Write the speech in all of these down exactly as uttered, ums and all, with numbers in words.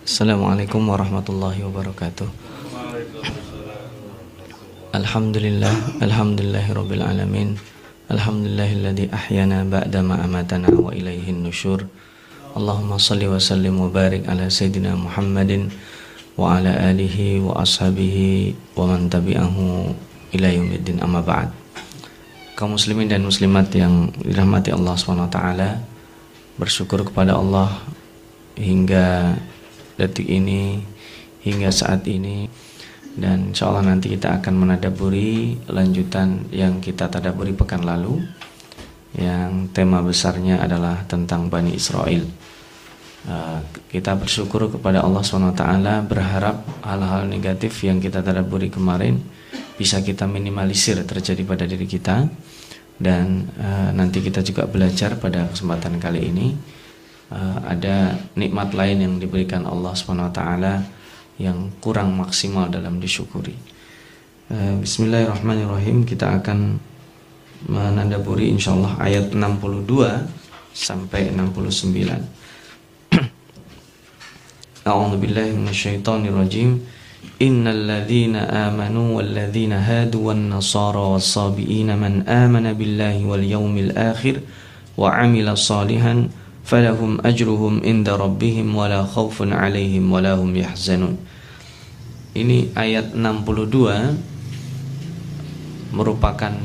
Assalamualaikum warahmatullahi wabarakatuh. Alhamdulillah, alhamdulillahirabbil alamin. Alhamdulillahilladzi ahyana ba'da ma amatana wa ilaihin nusyur. Allahumma shalli wa sallim wa barik ala sayyidina Muhammadin wa ala alihi wa ashabihi wa man tabi'ahu ila yaumiddin, amma ba'd. Kaum muslimin dan muslimat yang dirahmati Allah subhanahu wa taala, bersyukur kepada Allah hingga detik ini, hingga saat ini, dan insyaallah nanti kita akan menadaburi lanjutan yang kita tadaburi pekan lalu, yang tema besarnya adalah tentang Bani Israel. uh, Kita bersyukur kepada Allah subhanahu wa taala, berharap hal-hal negatif yang kita tadaburi kemarin bisa kita minimalisir terjadi pada diri kita. Dan uh, nanti kita juga belajar pada kesempatan kali ini uh, ada nikmat lain yang diberikan Allah subhanahu wa taala yang kurang maksimal dalam disyukuri. uh, Bismillahirrahmanirrahim. Kita akan menadaburi insyaallah ayat enam puluh dua sampai enam puluh sembilan. A'udzubillahi minasyaitonirrajim. Innal ladzina amanu wal ladzina hadu wan nasara was sabiina man amana billahi wal yaumil akhir wa amila salihan falahum ajruhum inda rabbihim wala khaufun alaihim wala hum yahzanun. Ini ayat enam puluh dua merupakan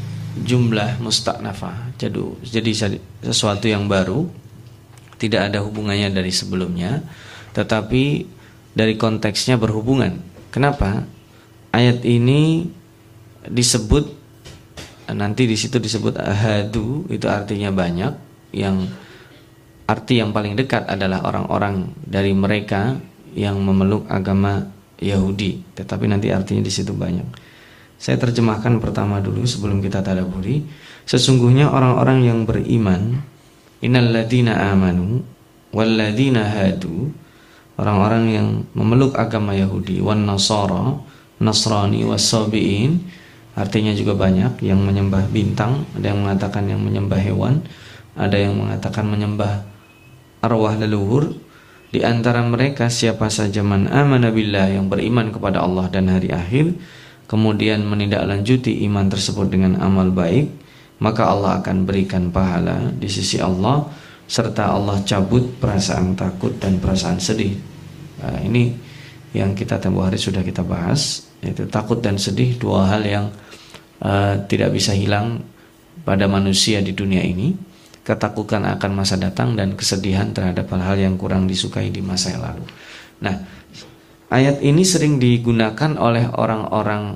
jumlah mustaknafah. Jadi sesuatu yang baru, tidak ada hubungannya dari sebelumnya, tetapi dari konteksnya berhubungan. Kenapa? Ayat ini disebut, nanti di situ disebut ahadu, itu artinya banyak. Yang arti yang paling dekat adalah orang-orang dari mereka yang memeluk agama Yahudi. Tetapi nanti artinya di situ banyak. Saya terjemahkan pertama dulu sebelum kita tadaburi. Sesungguhnya orang-orang yang beriman, innal ladzina amanu wal ladzina hadu, orang-orang yang memeluk agama Yahudi, wan nasara, Nasrani, was-sabiin, artinya juga banyak, yang menyembah bintang, ada yang mengatakan yang menyembah hewan, ada yang mengatakan menyembah arwah leluhur. Di antara mereka siapa saja man amana billah, yang beriman kepada Allah dan hari akhir, kemudian menindaklanjuti iman tersebut dengan amal baik, maka Allah akan berikan pahala di sisi Allah, serta Allah cabut perasaan takut dan perasaan sedih. Nah, ini yang kita tempoh hari sudah kita bahas, yaitu takut dan sedih, dua hal yang uh, tidak bisa hilang pada manusia di dunia ini. Ketakutan akan masa datang dan kesedihan terhadap hal-hal yang kurang disukai di masa yang lalu. Nah, ayat ini sering digunakan oleh orang-orang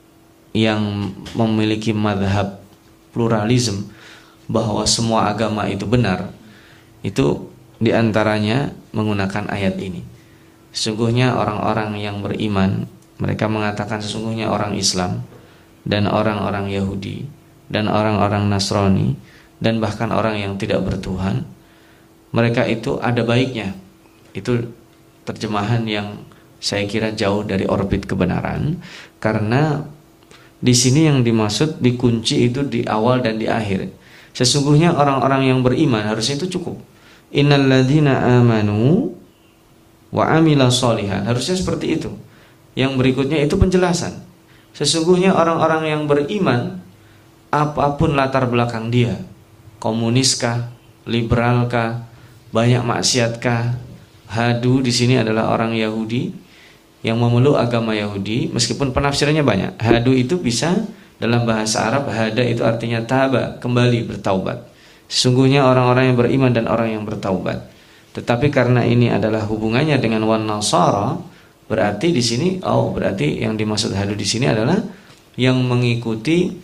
yang memiliki madhab pluralisme, bahwa semua agama itu benar. Itu diantaranya menggunakan ayat ini. Sesungguhnya orang-orang yang beriman, mereka mengatakan sesungguhnya orang Islam dan orang-orang Yahudi dan orang-orang Nasrani dan bahkan orang yang tidak bertuhan, mereka itu ada baiknya. Itu terjemahan yang saya kira jauh dari orbit kebenaran, karena di sini yang dimaksud dikunci itu di awal dan di akhir. Sesungguhnya orang-orang yang beriman, harusnya itu cukup. Innal ladzina amanu wa amila sholihan, harusnya seperti itu. Yang berikutnya itu penjelasan. Sesungguhnya orang-orang yang beriman, apapun latar belakang dia, komuniskah, liberalkah, banyak maksiatkah, hadu di sini adalah orang Yahudi yang memeluk agama Yahudi, meskipun penafsirannya banyak. Hadu itu bisa dalam bahasa Arab, hada itu artinya taba, kembali, bertaubat. Sesungguhnya orang-orang yang beriman dan orang yang bertaubat. Tetapi karena ini adalah hubungannya dengan wan nasara, berarti di sini, oh berarti yang dimaksud hadu di sini adalah yang mengikuti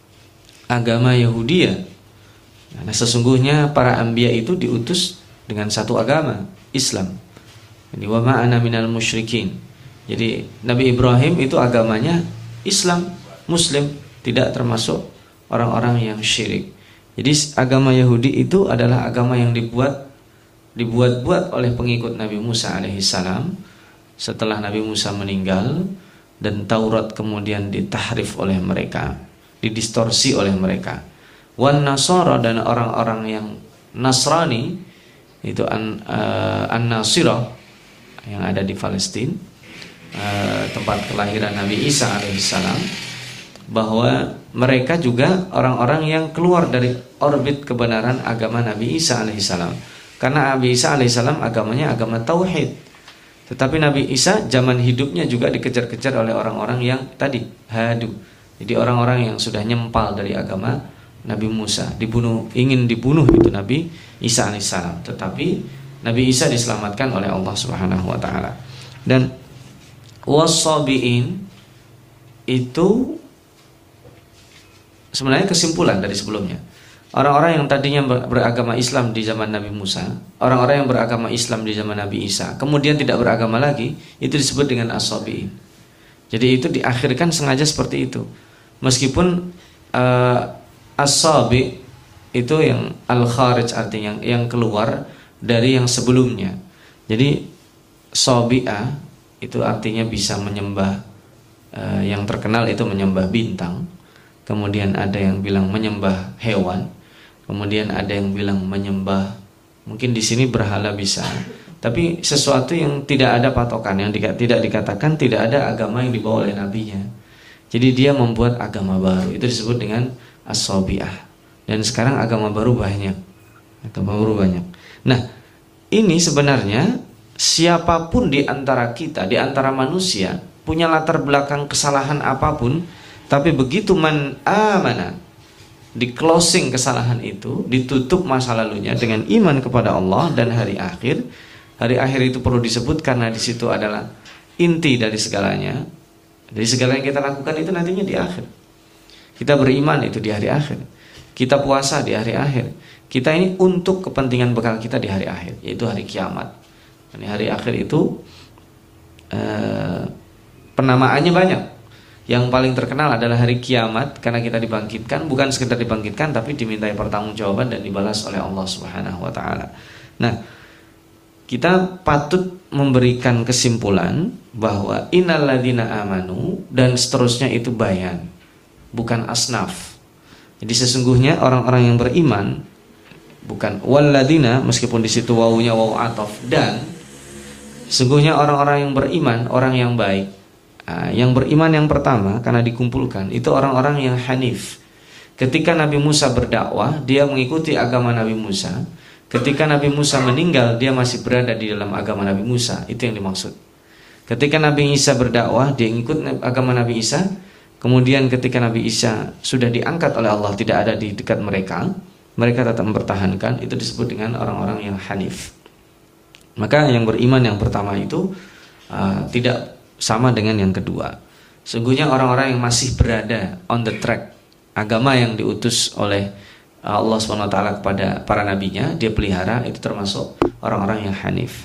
agama Yahudi. Nah, sesungguhnya para anbiya itu diutus dengan satu agama, Islam. Jadi wa ma ana minal musyrikin. Jadi Nabi Ibrahim itu agamanya Islam, Muslim, tidak termasuk orang-orang yang syirik. Jadi agama Yahudi itu adalah agama yang dibuat dibuat-buat oleh pengikut Nabi Musa alaihissalam setelah Nabi Musa meninggal, dan Taurat kemudian ditahrif oleh mereka, didistorsi oleh mereka. Wan Nasara, dan orang-orang yang Nasrani itu an, uh, an-Nasirah, yang ada di Palestina, uh, tempat kelahiran Nabi Isa alaihissalam, bahwa mereka juga orang-orang yang keluar dari orbit kebenaran agama Nabi Isa alaihissalam. Karena Nabi Isa alaihissalam agamanya agama tauhid, tetapi Nabi Isa zaman hidupnya juga dikejar-kejar oleh orang-orang yang tadi hadu. Jadi orang-orang yang sudah nyempal dari agama Nabi Musa, dibunuh, ingin dibunuh itu Nabi Isa alaihissalam. Tetapi Nabi Isa diselamatkan oleh Allah Subhanahu wa taala. Dan was-sabiin itu sebenarnya kesimpulan dari sebelumnya. Orang-orang yang tadinya beragama Islam di zaman Nabi Musa, orang-orang yang beragama Islam di zaman Nabi Isa, kemudian tidak beragama lagi, itu disebut dengan as-sabiin. Jadi itu diakhirkan sengaja seperti itu. Meskipun uh, as-sabi itu yang al-kharij, artinya yang keluar dari yang sebelumnya. Jadi sabi'ah itu artinya bisa menyembah, uh, yang terkenal itu menyembah bintang. Kemudian ada yang bilang menyembah hewan. Kemudian ada yang bilang menyembah, mungkin di sini berhala bisa, tapi sesuatu yang tidak ada patokan, yang tidak dikatakan, tidak ada agama yang dibawa oleh nabinya. Jadi dia membuat agama baru, itu disebut dengan as-sabi'ah. Dan sekarang agama baru banyak, agama baru banyak. Nah, ini sebenarnya siapapun di antara kita, di antara manusia, punya latar belakang kesalahan apapun, tapi begitu man amana, di closing kesalahan itu, ditutup masa lalunya dengan iman kepada Allah dan hari akhir. Hari akhir itu perlu disebut karena di situ adalah inti dari segalanya. Dari segala yang kita lakukan itu nantinya di akhir. Kita beriman itu di hari akhir. Kita puasa di hari akhir. Kita ini untuk kepentingan bekal kita di hari akhir, yaitu hari kiamat. Dan hari akhir itu eh, penamaannya banyak. Yang paling terkenal adalah hari kiamat, karena kita dibangkitkan, bukan sekedar dibangkitkan, tapi dimintai pertanggungjawaban dan dibalas oleh Allah Subhanahu wa taala. Nah, kita patut memberikan kesimpulan bahwa innalladzina amanu dan seterusnya itu bayan, bukan asnaf. Jadi sesungguhnya orang-orang yang beriman, bukan walladzina, meskipun di situ wawunya wawu ataf, dan sesungguhnya orang-orang yang beriman, orang yang baik. Nah, yang beriman yang pertama karena dikumpulkan itu orang-orang yang hanif. Ketika Nabi Musa berdakwah, dia mengikuti agama Nabi Musa. Ketika Nabi Musa meninggal, dia masih berada di dalam agama Nabi Musa. Itu yang dimaksud. Ketika Nabi Isa berdakwah, dia ikut agama Nabi Isa. Kemudian ketika Nabi Isa sudah diangkat oleh Allah, tidak ada di dekat mereka, mereka tetap mempertahankan. Itu disebut dengan orang-orang yang hanif. Maka yang beriman yang pertama itu uh, tidak sama dengan yang kedua. Sungguhnya orang-orang yang masih berada on the track agama yang diutus oleh Allah subhanahu wa taala kepada para nabinya, dia pelihara, itu termasuk orang-orang yang hanif.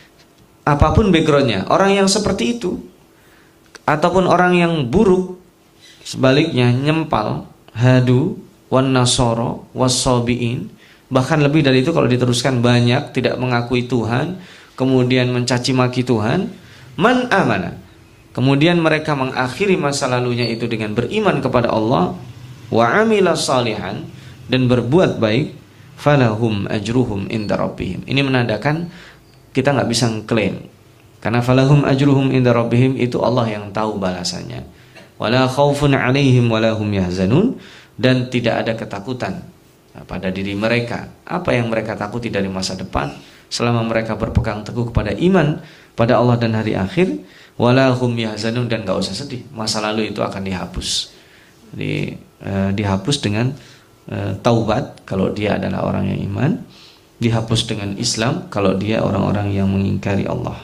Apapun backgroundnya, orang yang seperti itu ataupun orang yang buruk, sebaliknya nyempal, hadu, wan nasoro, was-sabiin, bahkan lebih dari itu kalau diteruskan banyak, tidak mengakui Tuhan, kemudian mencaci maki Tuhan, man amana, kemudian mereka mengakhiri masa lalunya itu dengan beriman kepada Allah, wa amila salihan, dan berbuat baik, falahum ajruhum inda rabbihim. Ini menandakan kita nggak bisa klaim, karena falahum ajruhum inda rabbihim itu Allah yang tahu balasannya. Wala khaufun alaihim wala hum yahzanun, dan tidak ada ketakutan pada diri mereka. Apa yang mereka takuti dari masa depan selama mereka berpegang teguh kepada iman pada Allah dan hari akhir, wala hum yahzanun, dan enggak usah sedih, masa lalu itu akan dihapus. Di, eh, dihapus dengan eh, taubat kalau dia adalah orang yang iman, dihapus dengan Islam kalau dia orang-orang yang mengingkari Allah.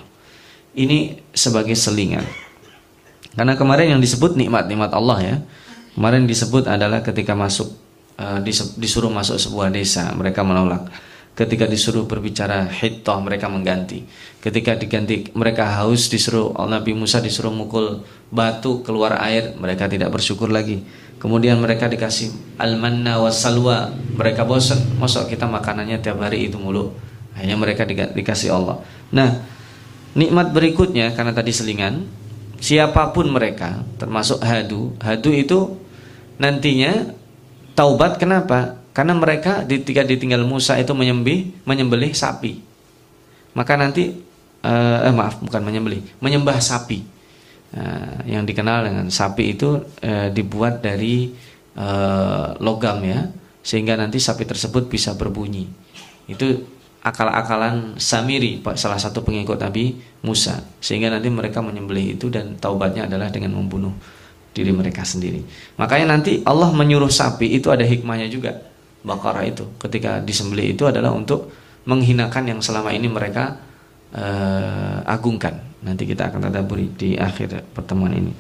Ini sebagai selingan. Karena kemarin yang disebut nikmat-nikmat Allah ya, kemarin disebut adalah ketika masuk eh, disuruh masuk sebuah desa, mereka menolak. Ketika disuruh berbicara hittah, mereka mengganti. Ketika diganti, mereka haus, disuruh Nabi Musa disuruh mukul batu keluar air, mereka tidak bersyukur lagi. Kemudian mereka dikasih al-manna was salwa, mereka bosan, masa kita makanannya tiap hari itu mulu. Hanya mereka dikasih Allah. Nah, nikmat berikutnya karena tadi selingan, siapapun mereka, termasuk hadu, hadu itu nantinya taubat. Kenapa? Karena mereka ketika ditinggal Musa itu menyembelih, menyembelih sapi. Maka nanti uh, eh maaf bukan menyembelih, menyembah sapi. Uh, yang dikenal dengan sapi itu uh, dibuat dari uh, logam ya, sehingga nanti sapi tersebut bisa berbunyi. Itu akal-akalan Samiri, salah satu pengikut Nabi Musa, sehingga nanti mereka menyembelih itu dan taubatnya adalah dengan membunuh diri mereka sendiri. Makanya nanti Allah menyuruh sapi itu ada hikmahnya juga. Baqarah itu ketika disembelih itu adalah untuk menghinakan yang selama ini mereka uh, agungkan. Nanti kita akan tadabburi di akhir pertemuan ini.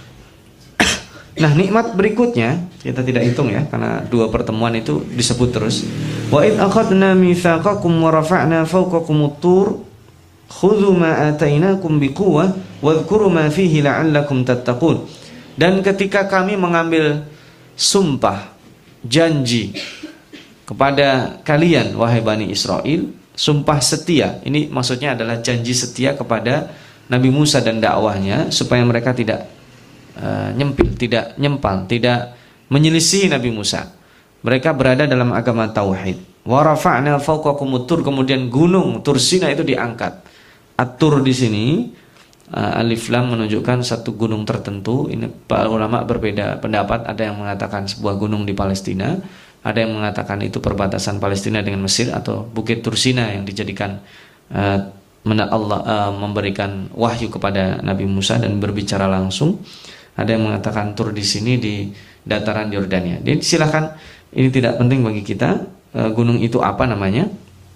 Nah, nikmat berikutnya kita tidak hitung ya, karena dua pertemuan itu disebut terus. Wa id akhadna mitsaqakum wa rafa'na fawqakumut tur khudhu ma atainakum biquwwah wadhkuru ma fihi la'allakum tattaqun. Dan ketika kami mengambil sumpah janji kepada kalian wahai Bani Israel, sumpah setia, ini maksudnya adalah janji setia kepada Nabi Musa dan dakwahnya supaya mereka tidak uh, nyempil, tidak nyempal, tidak menyelisih Nabi Musa. Mereka berada dalam agama tauhid. Wa rafa'na fawqakumut tur, kemudian gunung Tursina itu diangkat. At-Tur di sini uh, alif lam menunjukkan satu gunung tertentu. Ini para ulama berbeda pendapat, ada yang mengatakan sebuah gunung di Palestina, ada yang mengatakan itu perbatasan Palestina dengan Mesir atau Bukit Tursina yang dijadikan uh, Allah uh, memberikan wahyu kepada Nabi Musa dan berbicara langsung. Ada yang mengatakan Tur di sini di dataran Yordania. Jadi silakan, ini tidak penting bagi kita uh, gunung itu apa namanya.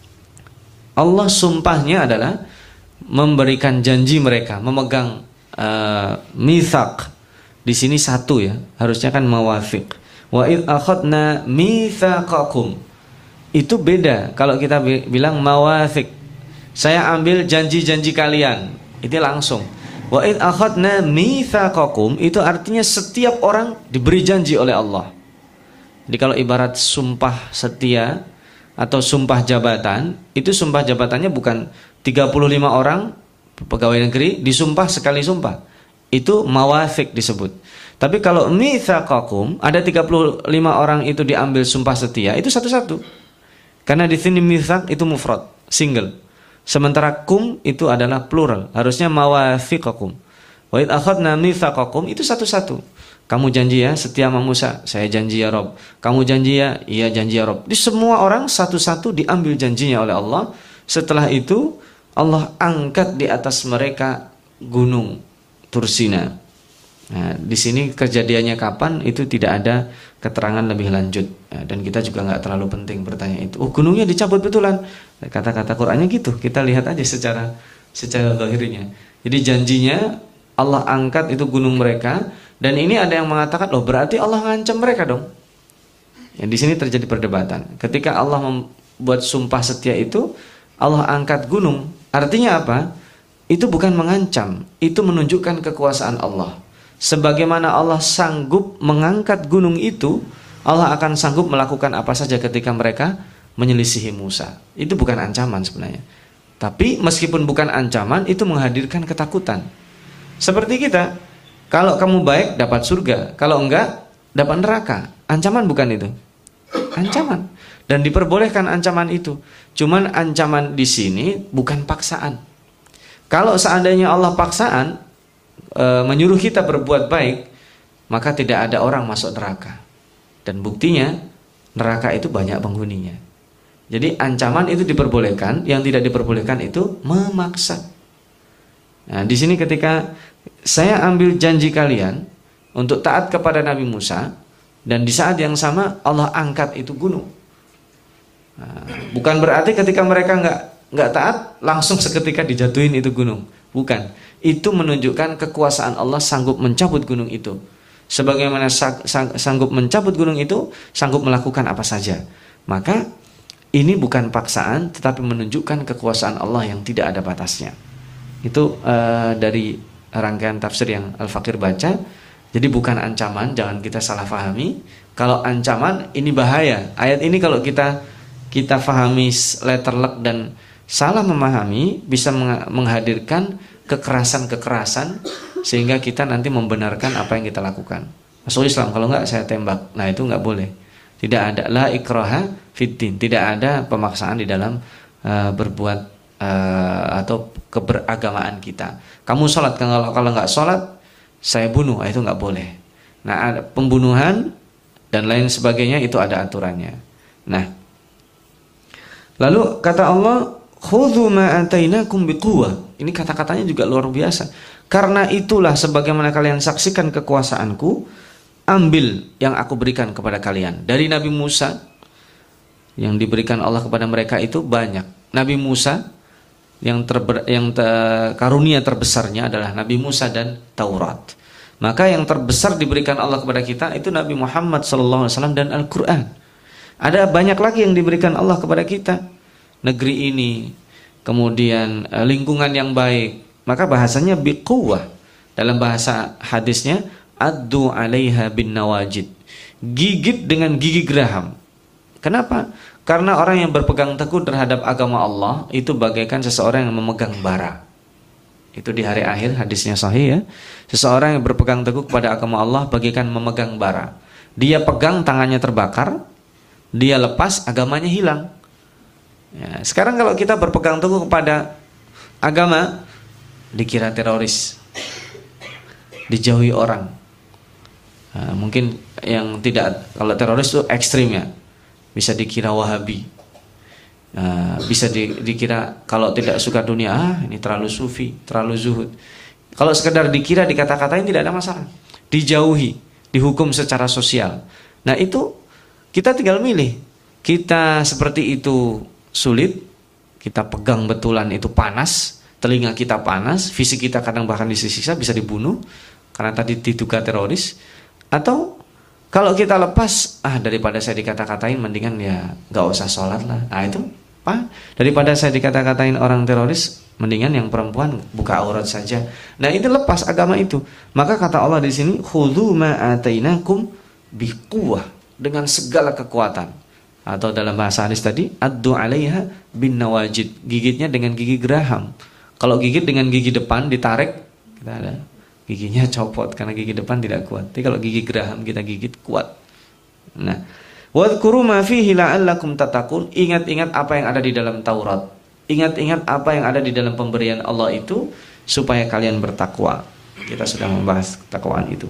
Allah sumpahnya adalah memberikan janji mereka, memegang uh, mitsaq. Di sini satu ya, harusnya kan mawafiq. Wa id akhadna mitsaqakum. Itu beda kalau kita bilang mawafiq. Saya ambil janji-janji kalian. Itu langsung. Wa id akhadna mitsaqakum itu artinya setiap orang diberi janji oleh Allah. Jadi kalau ibarat sumpah setia atau sumpah jabatan, itu sumpah jabatannya bukan tiga puluh lima orang pegawai negeri disumpah sekali sumpah. Itu mawafiq disebut. Tapi kalau mitsaqakum ada tiga puluh lima orang itu diambil sumpah setia, itu satu-satu. Karena di sini mitsaq itu mufrad, single. Sementara kum itu adalah plural, harusnya mawafiqakum. Wa id akhadna mitsaqakum itu satu-satu. Kamu janji ya setia sama Musa, saya janji ya Rob. Kamu janji ya, iya janji ya Rob. Di semua orang satu-satu diambil janjinya oleh Allah. Setelah itu Allah angkat di atas mereka gunung Tursina. Nah, di sini kejadiannya kapan itu tidak ada keterangan lebih lanjut, nah, dan kita juga nggak terlalu penting bertanya itu. Oh, gunungnya dicabut betulan. Kata-kata Qur'annya gitu. Kita lihat aja secara secara zahirnya. Jadi janjinya Allah angkat itu gunung mereka, dan ini ada yang mengatakan loh berarti Allah ngancam mereka dong. Ya, di sini terjadi perdebatan. Ketika Allah membuat sumpah setia itu, Allah angkat gunung. Artinya apa? Itu bukan mengancam, itu menunjukkan kekuasaan Allah. Sebagaimana Allah sanggup mengangkat gunung itu, Allah akan sanggup melakukan apa saja ketika mereka menyelisihi Musa. Itu bukan ancaman sebenarnya. Tapi meskipun bukan ancaman, itu menghadirkan ketakutan. Seperti kita, kalau kamu baik dapat surga, kalau enggak dapat neraka. Ancaman bukan itu? Ancaman. Dan diperbolehkan ancaman itu. Cuman ancaman di sini bukan paksaan. Kalau seandainya Allah paksaan, e, menyuruh kita berbuat baik, maka tidak ada orang masuk neraka. Dan buktinya neraka itu banyak penghuninya. Jadi ancaman itu diperbolehkan, yang tidak diperbolehkan itu memaksa. Nah, di sini ketika saya ambil janji kalian untuk taat kepada Nabi Musa, dan di saat yang sama Allah angkat itu gunung. Nah, bukan berarti ketika mereka nggak nggak taat langsung seketika dijatuhin itu gunung. Bukan. Itu menunjukkan kekuasaan Allah sanggup mencabut gunung itu. Sebagaimana sang, sang, sanggup mencabut gunung itu, sanggup melakukan apa saja. Maka ini bukan paksaan, tetapi menunjukkan kekuasaan Allah yang tidak ada batasnya. Itu uh, dari rangkaian tafsir yang Al-Fakir baca. Jadi bukan ancaman, jangan kita salah fahami. Kalau ancaman ini bahaya. Ayat ini kalau kita kita fahami letter luck dan salah memahami, bisa menghadirkan kekerasan-kekerasan sehingga kita nanti membenarkan apa yang kita lakukan. Masuk Islam, kalau enggak saya tembak. Nah, itu enggak boleh. Tidak ada la ikraha fiddin, tidak ada pemaksaan di dalam uh, berbuat uh, atau keberagamaan kita. Kamu sholat, kalau kalau nggak sholat saya bunuh, itu nggak boleh. Nah, ada pembunuhan dan lain sebagainya itu ada aturannya. Nah, lalu kata Allah, khudhu ma atainakum biquwwah. Ini kata-katanya juga luar biasa. Karena itulah sebagaimana kalian saksikan kekuasaanku, ambil yang aku berikan kepada kalian. Dari Nabi Musa, yang diberikan Allah kepada mereka itu banyak. Nabi Musa yang terber, yang ter, karunia terbesarnya adalah Nabi Musa dan Taurat. Maka yang terbesar diberikan Allah kepada kita itu Nabi Muhammad sallallahu alaihi wasallam dan Al-Qur'an. Ada banyak lagi yang diberikan Allah kepada kita. Negeri ini, kemudian lingkungan yang baik. Maka bahasanya biquwwah. Dalam bahasa hadisnya addu 'alaiha bin nawajid. Gigit dengan gigi geraham. Kenapa? Karena orang yang berpegang teguh terhadap agama Allah itu bagaikan seseorang yang memegang bara. Itu di hari akhir, hadisnya sahih ya. Seseorang yang berpegang teguh kepada agama Allah bagaikan memegang bara. Dia pegang, tangannya terbakar. Dia lepas, agamanya hilang. Ya, sekarang kalau kita berpegang teguh kepada agama, dikira teroris, dijauhi orang. Nah, mungkin yang tidak, kalau teroris itu ekstrim ya, bisa dikira Wahabi. Nah, bisa di, dikira kalau tidak suka dunia, ah ini terlalu sufi, terlalu zuhud. Kalau sekedar dikira, dikata-katain tidak ada masalah. Dijauhi, dihukum secara sosial. Nah itu kita tinggal milih. Kita seperti itu sulit, kita pegang betulan itu panas, telinga kita panas, fisik kita kadang bahkan disiksa, bisa dibunuh karena tadi diduga teroris. Atau kalau kita lepas, ah daripada saya dikata-katain mendingan ya gak usah sholat lah. Nah itu Pak, daripada saya dikata-katain orang teroris, mendingan yang perempuan buka aurat saja. Nah itu lepas agama itu. Maka kata Allah di sini, khudhu ma atainakum biquwwah, dengan segala kekuatan. Atau dalam bahasa hadis tadi, addu 'alaiha bin nawajid, gigitnya dengan gigi geraham. Kalau gigit dengan gigi depan ditarik, kita ada giginya copot karena gigi depan tidak kuat. Tapi kalau gigi geraham kita gigit kuat. Nah, wadhkuru ma fihi la'allakum tattaqun, ingat-ingat apa yang ada di dalam Taurat. Ingat-ingat apa yang ada di dalam pemberian Allah itu supaya kalian bertakwa. Kita sudah membahas ketakwaan itu.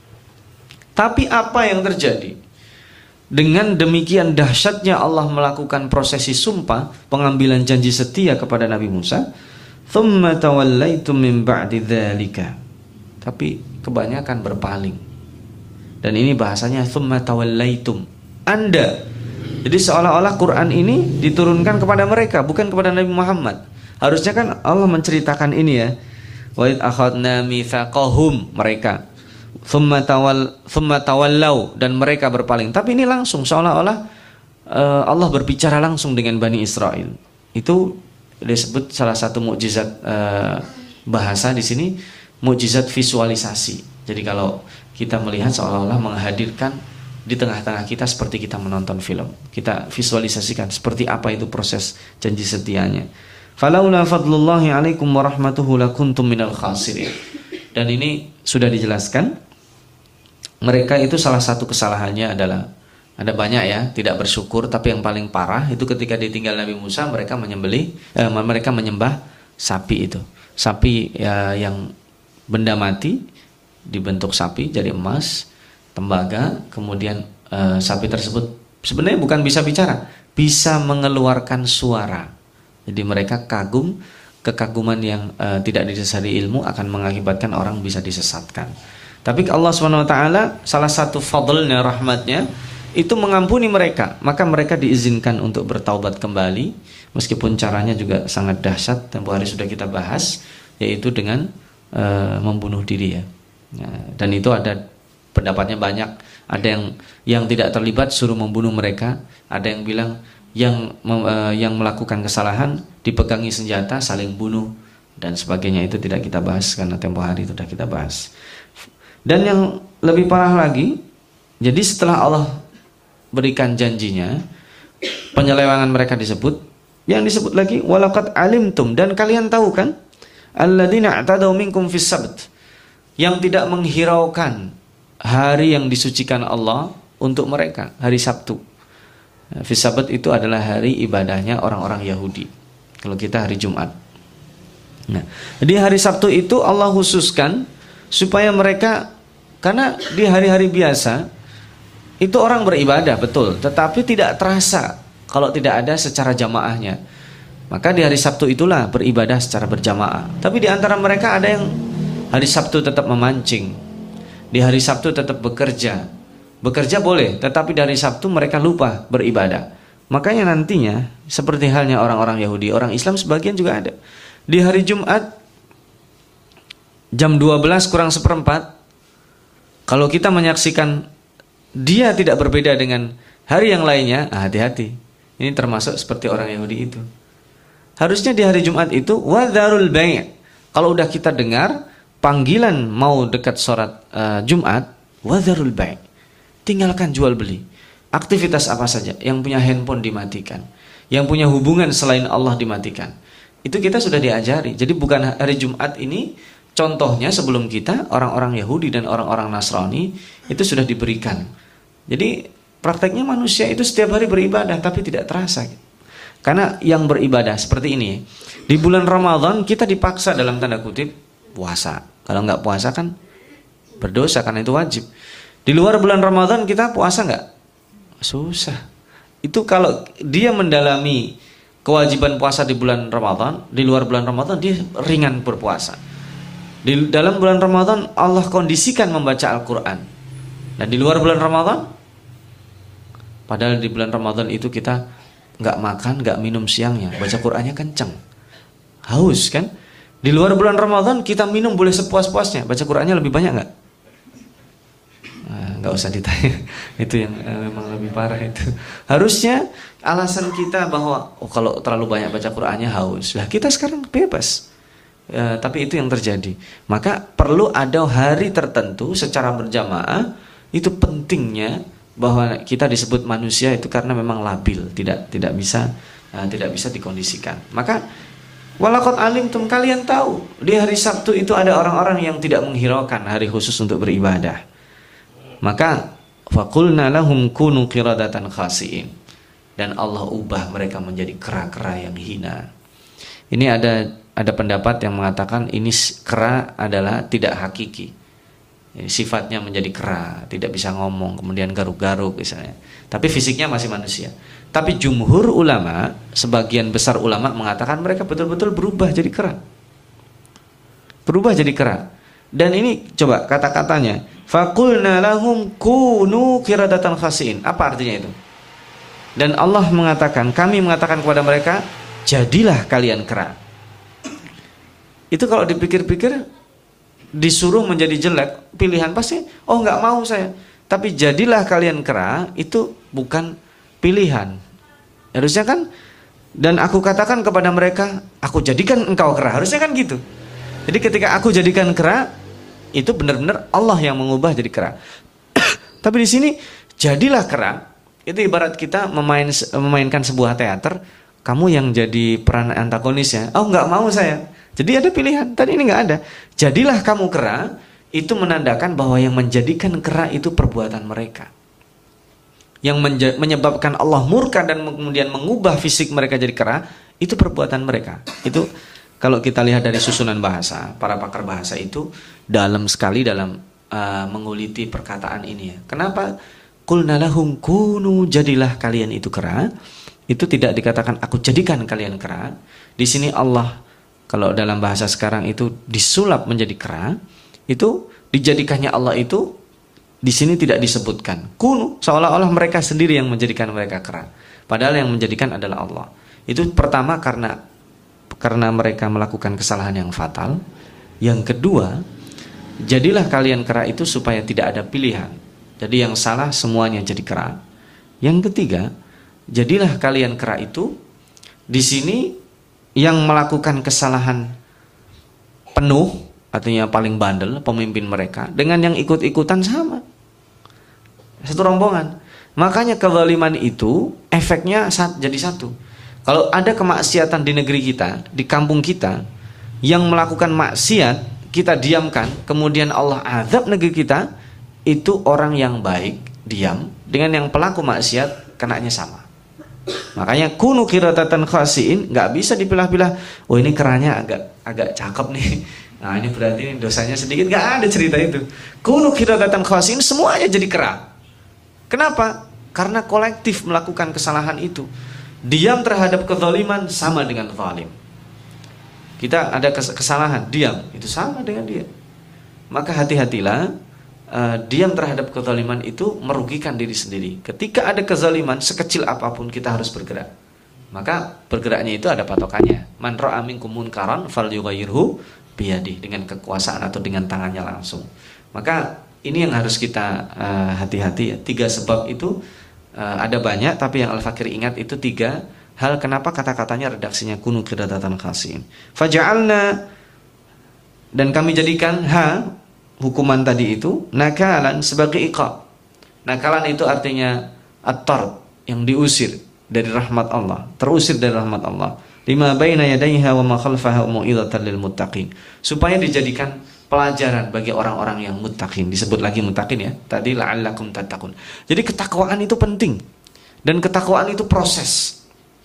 Tapi apa yang terjadi? Dengan demikian dahsyatnya Allah melakukan prosesi sumpah, pengambilan janji setia kepada Nabi Musa. Thumma tawallaitum min ba'di dzalika. Tapi kebanyakan berpaling. Dan ini bahasanya thumma tawallaitum. Anda. Jadi seolah-olah Quran ini diturunkan kepada mereka, bukan kepada Nabi Muhammad. Harusnya kan Allah menceritakan ini ya. Wa id akhadna mitsaqahum, mereka. Thumma tawal thumma tawallau, dan mereka berpaling. Tapi ini langsung seolah-olah uh, Allah berbicara langsung dengan Bani Israel. Itu disebut salah satu mukjizat uh, bahasa di sini, mukjizat visualisasi. Jadi kalau kita melihat seolah-olah menghadirkan di tengah-tengah kita seperti kita menonton film. Kita visualisasikan seperti apa itu proses janji setianya. Falaula fadlullahi alaikum warahmatuhu lakuntum minal khasirin. Dan ini sudah dijelaskan. Mereka itu salah satu kesalahannya adalah, ada banyak ya, tidak bersyukur, tapi yang paling parah itu ketika ditinggal Nabi Musa, mereka menyembelih, eh, mereka menyembah sapi itu. Sapi ya, yang benda mati dibentuk sapi jadi emas, tembaga, kemudian eh, sapi tersebut sebenarnya bukan bisa bicara, bisa mengeluarkan suara. Jadi mereka kagum, kekaguman yang eh, tidak didasari ilmu akan mengakibatkan orang bisa disesatkan. Tapi Allah subhanahu wa taala salah satu fadlnya, rahmatnya, itu mengampuni mereka. Maka mereka diizinkan untuk bertaubat kembali, meskipun caranya juga sangat dahsyat, tempoh hari sudah kita bahas, yaitu dengan uh, membunuh diri ya. Nah, dan itu ada pendapatnya banyak. Ada yang yang tidak terlibat suruh membunuh mereka. Ada yang bilang yang uh, yang melakukan kesalahan dipegangi senjata, saling bunuh dan sebagainya. Itu tidak kita bahas karena tempoh hari itu sudah kita bahas. Dan yang lebih parah lagi, jadi setelah Allah berikan janjinya, penyelewangan mereka disebut, yang disebut lagi walaqad alimtum, dan kalian tahu kan, alladzina i'tadaw minkum fis sabt, yang tidak menghiraukan hari yang disucikan Allah untuk mereka, hari Sabtu. Fis sabt itu adalah hari ibadahnya orang-orang Yahudi. Kalau kita hari Jumat. Nah, di hari Sabtu itu Allah khususkan supaya mereka, karena di hari-hari biasa itu orang beribadah betul, tetapi tidak terasa kalau tidak ada secara jamaahnya. Maka di hari Sabtu itulah beribadah secara berjamaah. Tapi di antara mereka ada yang hari Sabtu tetap memancing, di hari Sabtu tetap bekerja. Bekerja boleh, tetapi dari Sabtu mereka lupa beribadah. Makanya nantinya seperti halnya orang-orang Yahudi, orang Islam sebagian juga ada. Di hari Jumat jam dua belas kurang seperempat, kalau kita menyaksikan dia tidak berbeda dengan hari yang lainnya, ah, hati-hati. Ini termasuk seperti orang Yahudi itu. Harusnya di hari Jumat itu wadharul bai'. Kalau udah kita dengar panggilan mau dekat sholat uh, Jumat, wadharul bai'. Tinggalkan jual beli. Aktivitas apa saja, yang punya handphone dimatikan, yang punya hubungan selain Allah dimatikan. Itu kita sudah diajari. Jadi bukan hari Jumat ini, contohnya sebelum kita, orang-orang Yahudi dan orang-orang Nasrani itu sudah diberikan. Jadi prakteknya manusia itu setiap hari beribadah tapi tidak terasa. Karena yang beribadah seperti ini, di bulan Ramadan kita dipaksa dalam tanda kutip puasa. Kalau nggak puasa kan berdosa, karena itu wajib. Di luar bulan Ramadan kita puasa nggak? Susah. Itu kalau dia mendalami kewajiban puasa di bulan Ramadan, di luar bulan Ramadan dia ringan berpuasa. Di dalam bulan Ramadan Allah kondisikan membaca Al-Quran. Nah di luar bulan Ramadan, padahal di bulan Ramadan itu kita nggak makan, nggak minum siangnya, baca Qurannya kenceng, haus kan? Di luar bulan Ramadan kita minum boleh sepuas-puasnya, baca Qurannya lebih banyak nggak? Nggak usah ditanya, itu yang eh, memang lebih parah itu. Harusnya alasan kita bahwa oh, kalau terlalu banyak baca Qurannya haus. Lah kita sekarang bebas, e, tapi itu yang terjadi. Maka perlu ada hari tertentu secara berjamaah. Itu pentingnya bahwa kita disebut manusia itu karena memang labil, tidak tidak bisa uh, tidak bisa dikondisikan. Maka walaqad alimtum, kalian tahu di hari Sabtu itu ada orang-orang yang tidak menghiraukan hari khusus untuk beribadah. Maka faqulna lahum kunu qiradatan khasiin, dan Allah ubah mereka menjadi kera-kera yang hina. Ini ada ada pendapat yang mengatakan ini kera adalah tidak hakiki. Ini sifatnya menjadi kera, tidak bisa ngomong, kemudian garuk-garuk misalnya. Tapi fisiknya masih manusia. Tapi jumhur ulama, sebagian besar ulama mengatakan mereka betul-betul berubah jadi kera. Berubah jadi kera. Dan ini coba kata-katanya, faqulna lahum kunu qiradatan khasiin. Apa artinya itu? Dan Allah mengatakan, kami mengatakan kepada mereka, jadilah kalian kera. Itu kalau dipikir-pikir, disuruh menjadi jelek, pilihan pasti, oh nggak mau saya. Tapi jadilah kalian kera, itu bukan pilihan. Harusnya kan, dan aku katakan kepada mereka, aku jadikan engkau kera. Harusnya kan gitu. Jadi ketika aku jadikan kera, itu benar-benar Allah yang mengubah jadi kera. Tapi di sini jadilah kera, itu ibarat kita memain, memainkan sebuah teater, kamu yang jadi peran antagonisnya. Oh nggak mau saya. Jadi ada pilihan. Tadi ini nggak ada. Jadilah kamu kera, itu menandakan bahwa yang menjadikan kera itu perbuatan mereka. Yang menyebabkan Allah murka dan kemudian mengubah fisik mereka jadi kera, itu perbuatan mereka. Itu kalau kita lihat dari susunan bahasa, para pakar bahasa itu dalam sekali dalam uh, menguliti perkataan ini ya. Kenapa qulna lahum kunu, jadilah kalian itu kera? Itu tidak dikatakan aku jadikan kalian kera. Di sini Allah, kalau dalam bahasa sekarang itu disulap menjadi kera, itu dijadikannya Allah itu di sini tidak disebutkan. Kunu, seolah-olah mereka sendiri yang menjadikan mereka kera. Padahal yang menjadikan adalah Allah. Itu pertama karena karena mereka melakukan kesalahan yang fatal. Yang kedua, jadilah kalian kera itu supaya tidak ada pilihan. Jadi yang salah semuanya jadi kera. Yang ketiga, jadilah kalian kera itu di sini yang melakukan kesalahan penuh, artinya paling bandel, pemimpin mereka, dengan yang ikut-ikutan sama. Satu rombongan. Makanya kezaliman itu efeknya jadi satu. Kalau ada kemaksiatan di negeri kita, di kampung kita, yang melakukan maksiat, kita diamkan, kemudian Allah azab negeri kita, itu orang yang baik, diam, dengan yang pelaku maksiat, kenanya sama. Makanya kunu qiradatan khasiin, nggak bisa dipilah-pilah. Oh ini keranya agak agak cakep nih. Nah ini berarti ini dosanya sedikit. Nggak ada cerita itu. Kunu qiradatan khasiin, semuanya jadi kera. Kenapa? Karena kolektif melakukan kesalahan itu. Diam terhadap kezaliman sama dengan zalim. Kita ada kesalahan, diam, itu sama dengan dia. Maka hati-hatilah. Uh, diam terhadap kezaliman itu merugikan diri sendiri. Ketika ada kezaliman sekecil apapun kita harus bergerak. Maka bergeraknya itu ada patokannya. Man ra'a minkum munkaran falyughayyirhu biyadihi, dengan kekuasaan atau dengan tangannya langsung. Maka ini yang harus kita uh, hati-hati ya. Tiga sebab itu uh, ada banyak, tapi yang Al-Fakir ingat itu tiga hal kenapa kata-katanya redaksinya kunu qiradatan khasiin. Faja'alna, dan kami jadikan ha hukuman tadi itu nakalan sebagai iqab. Nakalan itu artinya at-tard, yang diusir dari rahmat Allah, terusir dari rahmat Allah. Lima baina yadayha wa ma khalfaha mau'izatan lil muttaqin. Supaya dijadikan pelajaran bagi orang-orang yang muttaqin. Disebut lagi muttaqin ya. Tadi la'allakum tattaqun. Jadi ketakwaan itu penting. Dan ketakwaan itu proses.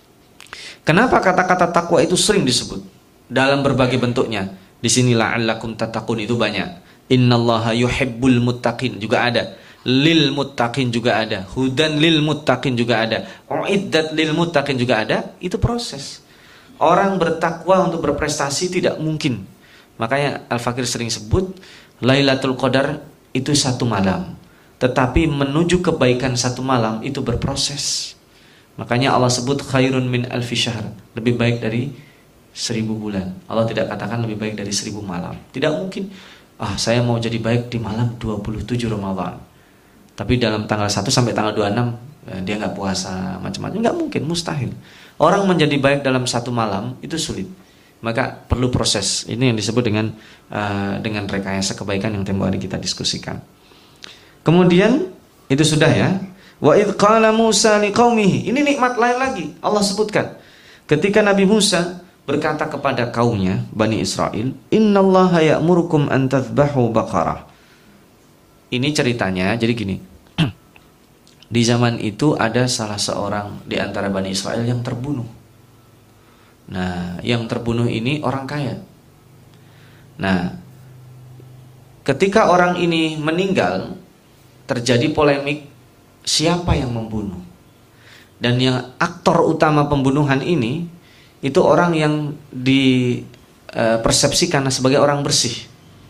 Kenapa kata-kata takwa itu sering disebut dalam berbagai bentuknya? Di sini la'allakum tattaqun itu banyak. Innallaha yuhibbul muttaqin juga ada, lil muttaqin juga ada, hudan lil muttaqin juga ada, uiddat lil muttaqin juga ada. Itu proses. Orang bertakwa untuk berprestasi tidak mungkin. Makanya Al-Fakir sering sebut Lailatul Qadar itu satu malam, tetapi menuju kebaikan satu malam itu berproses. Makanya Allah sebut khairun min alfi syahr, lebih baik dari seribu bulan. Allah tidak katakan lebih baik dari seribu malam. Tidak mungkin. Ah, saya mau jadi baik di malam dua puluh tujuh Ramadan. Tapi dalam tanggal satu sampai tanggal dua puluh enam eh, dia nggak puasa macam-macam. Nggak mungkin, mustahil. Orang menjadi baik dalam satu malam itu sulit. Maka perlu proses. Ini yang disebut dengan uh, dengan rekayasa kebaikan yang tempoh hari kita diskusikan. Kemudian itu sudah ya. Wa idz qala Musa liqaumihi. Ini nikmat lain lagi Allah sebutkan. Ketika Nabi Musa berkata kepada kaumnya Bani Israel, innallaha ya'murukum an tadhbahu baqarah. Ini ceritanya jadi gini. Di zaman itu ada salah seorang di antara Bani Israel yang terbunuh. Nah, yang terbunuh ini orang kaya. Nah, ketika orang ini meninggal, terjadi polemik siapa yang membunuh. Dan yang aktor utama pembunuhan ini itu orang yang dipersepsikan sebagai orang bersih.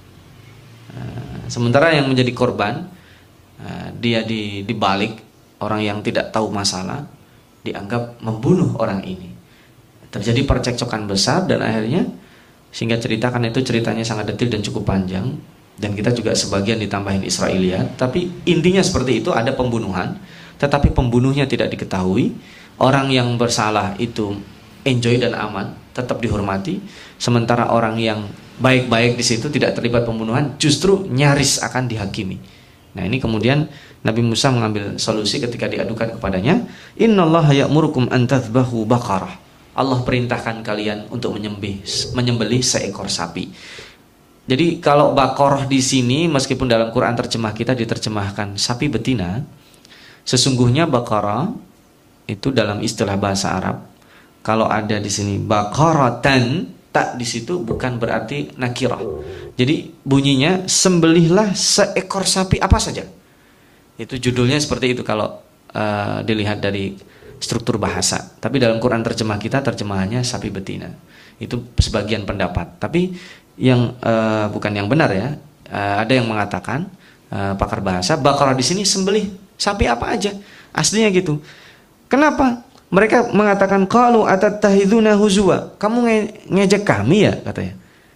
Sementara yang menjadi korban, dia dibalik orang yang tidak tahu masalah, dianggap membunuh orang ini. Terjadi percekcokan besar dan akhirnya, sehingga ceritakan itu ceritanya sangat detail dan cukup panjang. Dan kita juga sebagian ditambahin Israiliyat. Tapi intinya seperti itu, ada pembunuhan, tetapi pembunuhnya tidak diketahui. Orang yang bersalah itu enjoy dan aman, tetap dihormati. Sementara orang yang baik-baik di situ tidak terlibat pembunuhan, justru nyaris akan dihakimi. Nah ini kemudian Nabi Musa mengambil solusi ketika diadukan kepadanya. Innallaha ya'murukum an tadhbahu baqarah. Allah perintahkan kalian untuk menyembelih menyembelih seekor sapi. Jadi kalau baqarah di sini meskipun dalam Quran terjemah kita diterjemahkan sapi betina, sesungguhnya baqarah itu dalam istilah bahasa Arab, kalau ada di sini baqaratan, tak di situ bukan berarti nakirah. Jadi bunyinya sembelihlah seekor sapi apa saja. Itu judulnya seperti itu kalau uh, dilihat dari struktur bahasa. Tapi dalam Quran terjemah kita terjemahannya sapi betina. Itu sebagian pendapat. Tapi yang uh, bukan yang benar ya. Uh, ada yang mengatakan uh, pakar bahasa baqarah di sini sembelih sapi apa aja. Aslinya gitu. Kenapa? Mereka mengatakan qalu atattahiduna huzwa. Kamu nge ngejek kami ya katanya.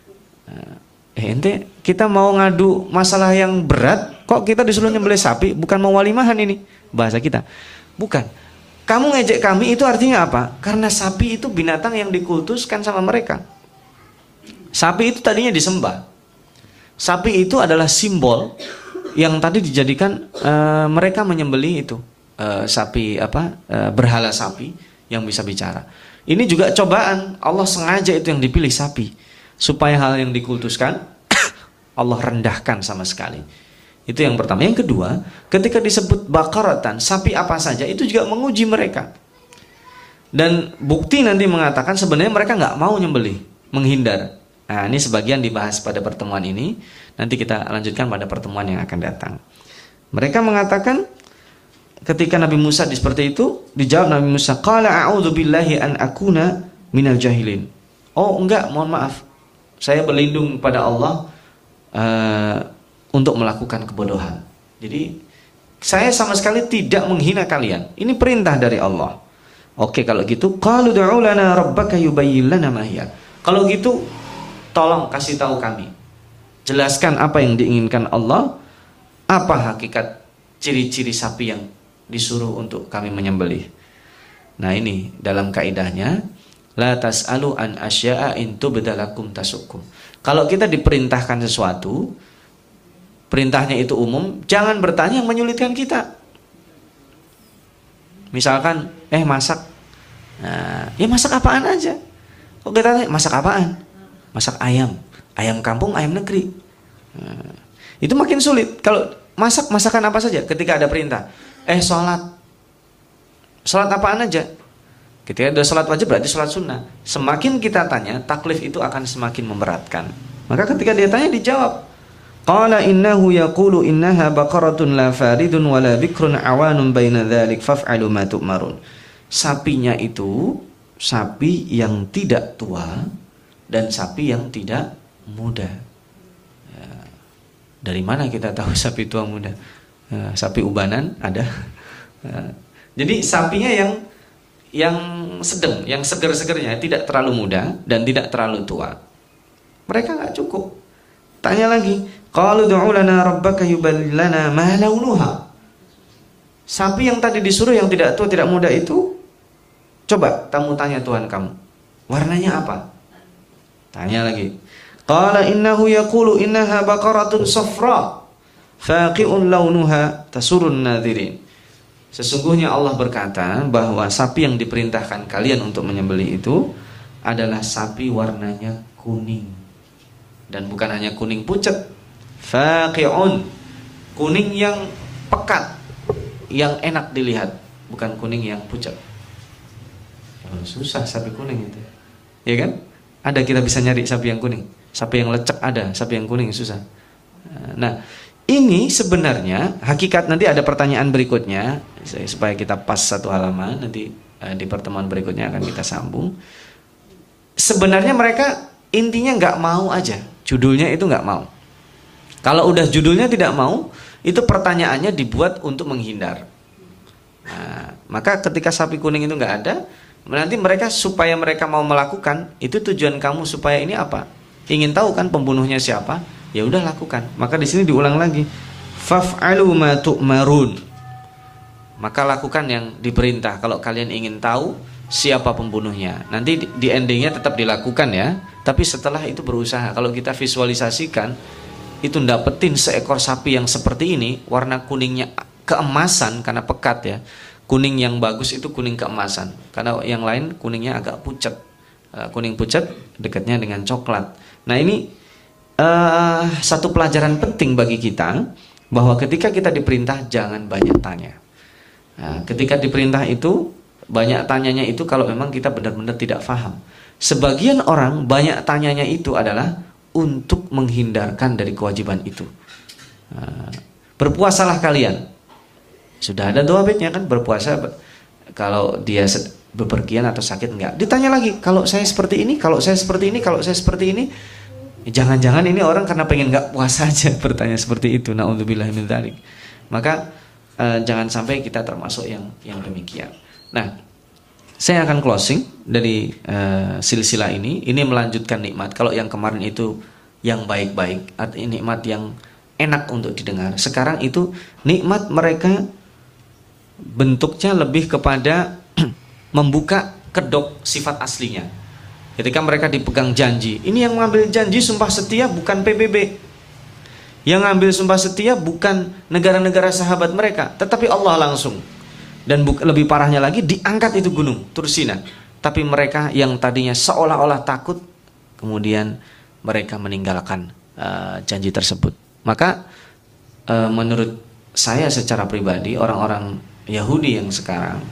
Eh ente kita mau ngadu masalah yang berat kok kita disuruh nyembelih sapi, bukan mau walimahan ini bahasa kita. Bukan. Kamu ngejek kami itu artinya apa? Karena sapi itu binatang yang dikultuskan sama mereka. Sapi itu tadinya disembah. Sapi itu adalah simbol yang tadi dijadikan uh, mereka menyembelih itu. Uh, sapi apa uh, berhala sapi yang bisa bicara. Ini juga cobaan. Allah sengaja itu yang dipilih sapi supaya hal yang dikultuskan Allah rendahkan sama sekali. Itu yang pertama. Yang kedua, ketika disebut baqaratan, sapi apa saja, itu juga menguji mereka. Dan bukti nanti mengatakan sebenarnya mereka nggak mau nyembelih, menghindar. Nah, ini sebagian dibahas pada pertemuan ini. Nanti kita lanjutkan pada pertemuan yang akan datang. Mereka mengatakan ketika Nabi Musa seperti itu, dijawab Nabi Musa, qala a'udzu billahi an akuna minal jahilin. Oh enggak, mohon maaf, saya berlindung pada Allah uh, untuk melakukan kebodohan. Jadi saya sama sekali tidak menghina kalian. Ini perintah dari Allah. Oke, kalau gitu, qalu du'u lana rabbaka yubayyin lana ma hiya. Kalau gitu, tolong kasih tahu kami. Jelaskan apa yang diinginkan Allah, apa hakikat ciri-ciri sapi yang disuruh untuk kami menyembelih. Nah, ini dalam kaidahnya, la tas'alu an asya'a in tubdalakum tasukum. Kalau kita diperintahkan sesuatu, perintahnya itu umum, jangan bertanya yang menyulitkan kita. Misalkan, eh masak, nah, ya masak apaan aja. Kok kita tanya, masak apaan? Masak ayam, ayam kampung, ayam negeri. Nah, itu makin sulit. Kalau masak, masakan apa saja ketika ada perintah. Eh sholat, sholat apaan aja. Ketika ada sholat wajib berarti sholat sunnah. Semakin kita tanya, taklif itu akan semakin memberatkan. Maka ketika dia tanya dijawab. Qala innahu yaqulu innaha baqaratun la faridun wa la bikrun awanun baina dzalik faf'alu ma tu'marun. Sapinya itu sapi yang tidak tua dan sapi yang tidak muda. Ya, dari mana kita tahu sapi tua muda? Ya, sapi ubanan ada. Ya, jadi sapinya yang yang sedang, yang seger-segernya, tidak terlalu muda dan tidak terlalu tua. Mereka nggak cukup. Tanya lagi, qalu du'u lana rabbaka yubayyin lana ma launuha. Sapi yang tadi disuruh yang tidak tua tidak muda itu, coba kamu tanya Tuhan kamu, warnanya apa? Tanya lagi. Qala innahu yaqulu innaha baqaratun safra faqi'un launuha tasurun nadhirin. Sesungguhnya Allah berkata bahwa sapi yang diperintahkan kalian untuk menyembelih itu adalah sapi warnanya kuning. Dan bukan hanya kuning pucat, faqi'un, kuning yang pekat, yang enak dilihat, bukan kuning yang pucat. Oh, susah sapi kuning itu, ya kan? Ada kita bisa nyari sapi yang kuning, sapi yang lecek ada, sapi yang kuning susah. Nah, ini sebenarnya hakikat, nanti ada pertanyaan berikutnya supaya kita pas satu halaman, nanti di pertemuan berikutnya akan kita sambung. Sebenarnya mereka intinya nggak mau aja, judulnya itu nggak mau. Kalau udah judulnya tidak mau, itu pertanyaannya dibuat untuk menghindar. Nah, maka ketika sapi kuning itu nggak ada, nanti mereka supaya mereka mau melakukan, itu tujuan kamu supaya ini apa? Ingin tahu kan pembunuhnya siapa? Ya udah lakukan. Maka di sini diulang lagi, faf'alu ma tu'marun. Maka lakukan yang diperintah. Kalau kalian ingin tahu siapa pembunuhnya, nanti di endingnya tetap dilakukan ya. Tapi setelah itu berusaha. Kalau kita visualisasikan, itu dapetin seekor sapi yang seperti ini, warna kuningnya keemasan karena pekat ya. Kuning yang bagus itu kuning keemasan. Karena yang lain kuningnya agak pucat. Kuning pucat dekatnya dengan coklat. Nah ini uh, satu pelajaran penting bagi kita, bahwa ketika kita diperintah jangan banyak tanya. Nah, ketika diperintah itu banyak tanyanya itu kalau memang kita benar-benar tidak paham. Sebagian orang banyak tanyanya itu adalah untuk menghindarkan dari kewajiban itu. Nah, berpuasalah kalian. Sudah ada doa baiknya kan, berpuasa kalau dia bepergian atau sakit enggak. Ditanya lagi, kalau saya seperti ini, kalau saya seperti ini, kalau saya seperti ini. Jangan-jangan ini orang karena pengen enggak puasa aja bertanya seperti itu. Na'udzubillah min dzalik. Maka eh, jangan sampai kita termasuk yang yang demikian. Nah, saya akan closing dari uh, silsilah ini. Ini melanjutkan nikmat. Kalau yang kemarin itu yang baik-baik, artinya nikmat yang enak untuk didengar. Sekarang itu nikmat mereka bentuknya lebih kepada membuka kedok sifat aslinya. Ketika mereka dipegang janji, ini yang mengambil janji sumpah setia bukan P B B. Yang ngambil sumpah setia bukan negara-negara sahabat mereka, tetapi Allah langsung. Dan lebih parahnya lagi, diangkat itu gunung Tursina. Tapi mereka yang tadinya seolah-olah takut, kemudian mereka meninggalkan uh, janji tersebut. Maka uh, menurut saya secara pribadi, orang-orang Yahudi yang sekarang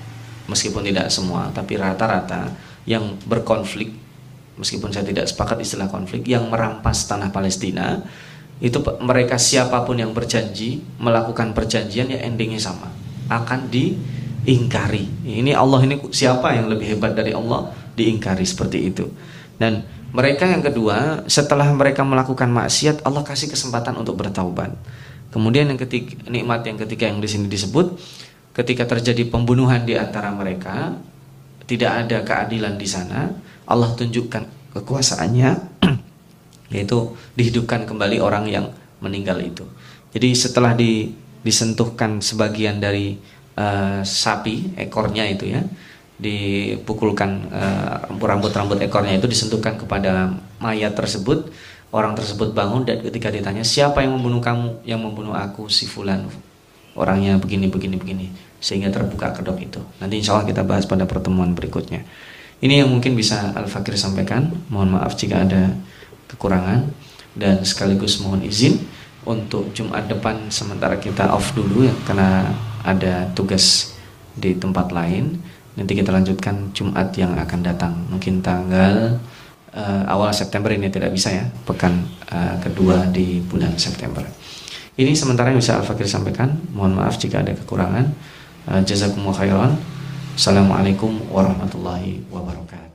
meskipun tidak semua, tapi rata-rata yang berkonflik, meskipun saya tidak sepakat istilah konflik, yang merampas tanah Palestina itu mereka siapapun yang berjanji melakukan perjanjian ya endingnya sama, akan diingkari. Ini Allah, ini siapa yang lebih hebat dari Allah, diingkari seperti itu. Dan mereka yang kedua, setelah mereka melakukan maksiat, Allah kasih kesempatan untuk bertaubat. Kemudian yang ketiga, nikmat yang ketiga yang di sini disebut, ketika terjadi pembunuhan di antara mereka, tidak ada keadilan di sana, Allah tunjukkan kekuasaannya, yaitu dihidupkan kembali orang yang meninggal itu. Jadi setelah di, disentuhkan sebagian dari uh, sapi ekornya itu ya, dipukulkan uh, rambut-rambut ekornya itu disentuhkan kepada mayat tersebut, orang tersebut bangun dan ketika ditanya siapa yang membunuh kamu, yang membunuh aku si fulan, orangnya begini begini begini, sehingga terbuka kedok itu. Nanti insya Allah kita bahas pada pertemuan berikutnya. Ini yang mungkin bisa Al-Fakir sampaikan. Mohon maaf jika ada kekurangan, dan sekaligus mohon izin untuk Jumat depan sementara kita off dulu ya, karena ada tugas di tempat lain. Nanti kita lanjutkan Jumat yang akan datang, mungkin tanggal uh, awal September, ini tidak bisa ya, pekan uh, kedua di bulan September. Ini sementara yang bisa Al-Fakir sampaikan. Mohon maaf jika ada kekurangan. uh, Jazakumullah khairan. Assalamualaikum warahmatullahi wabarakatuh.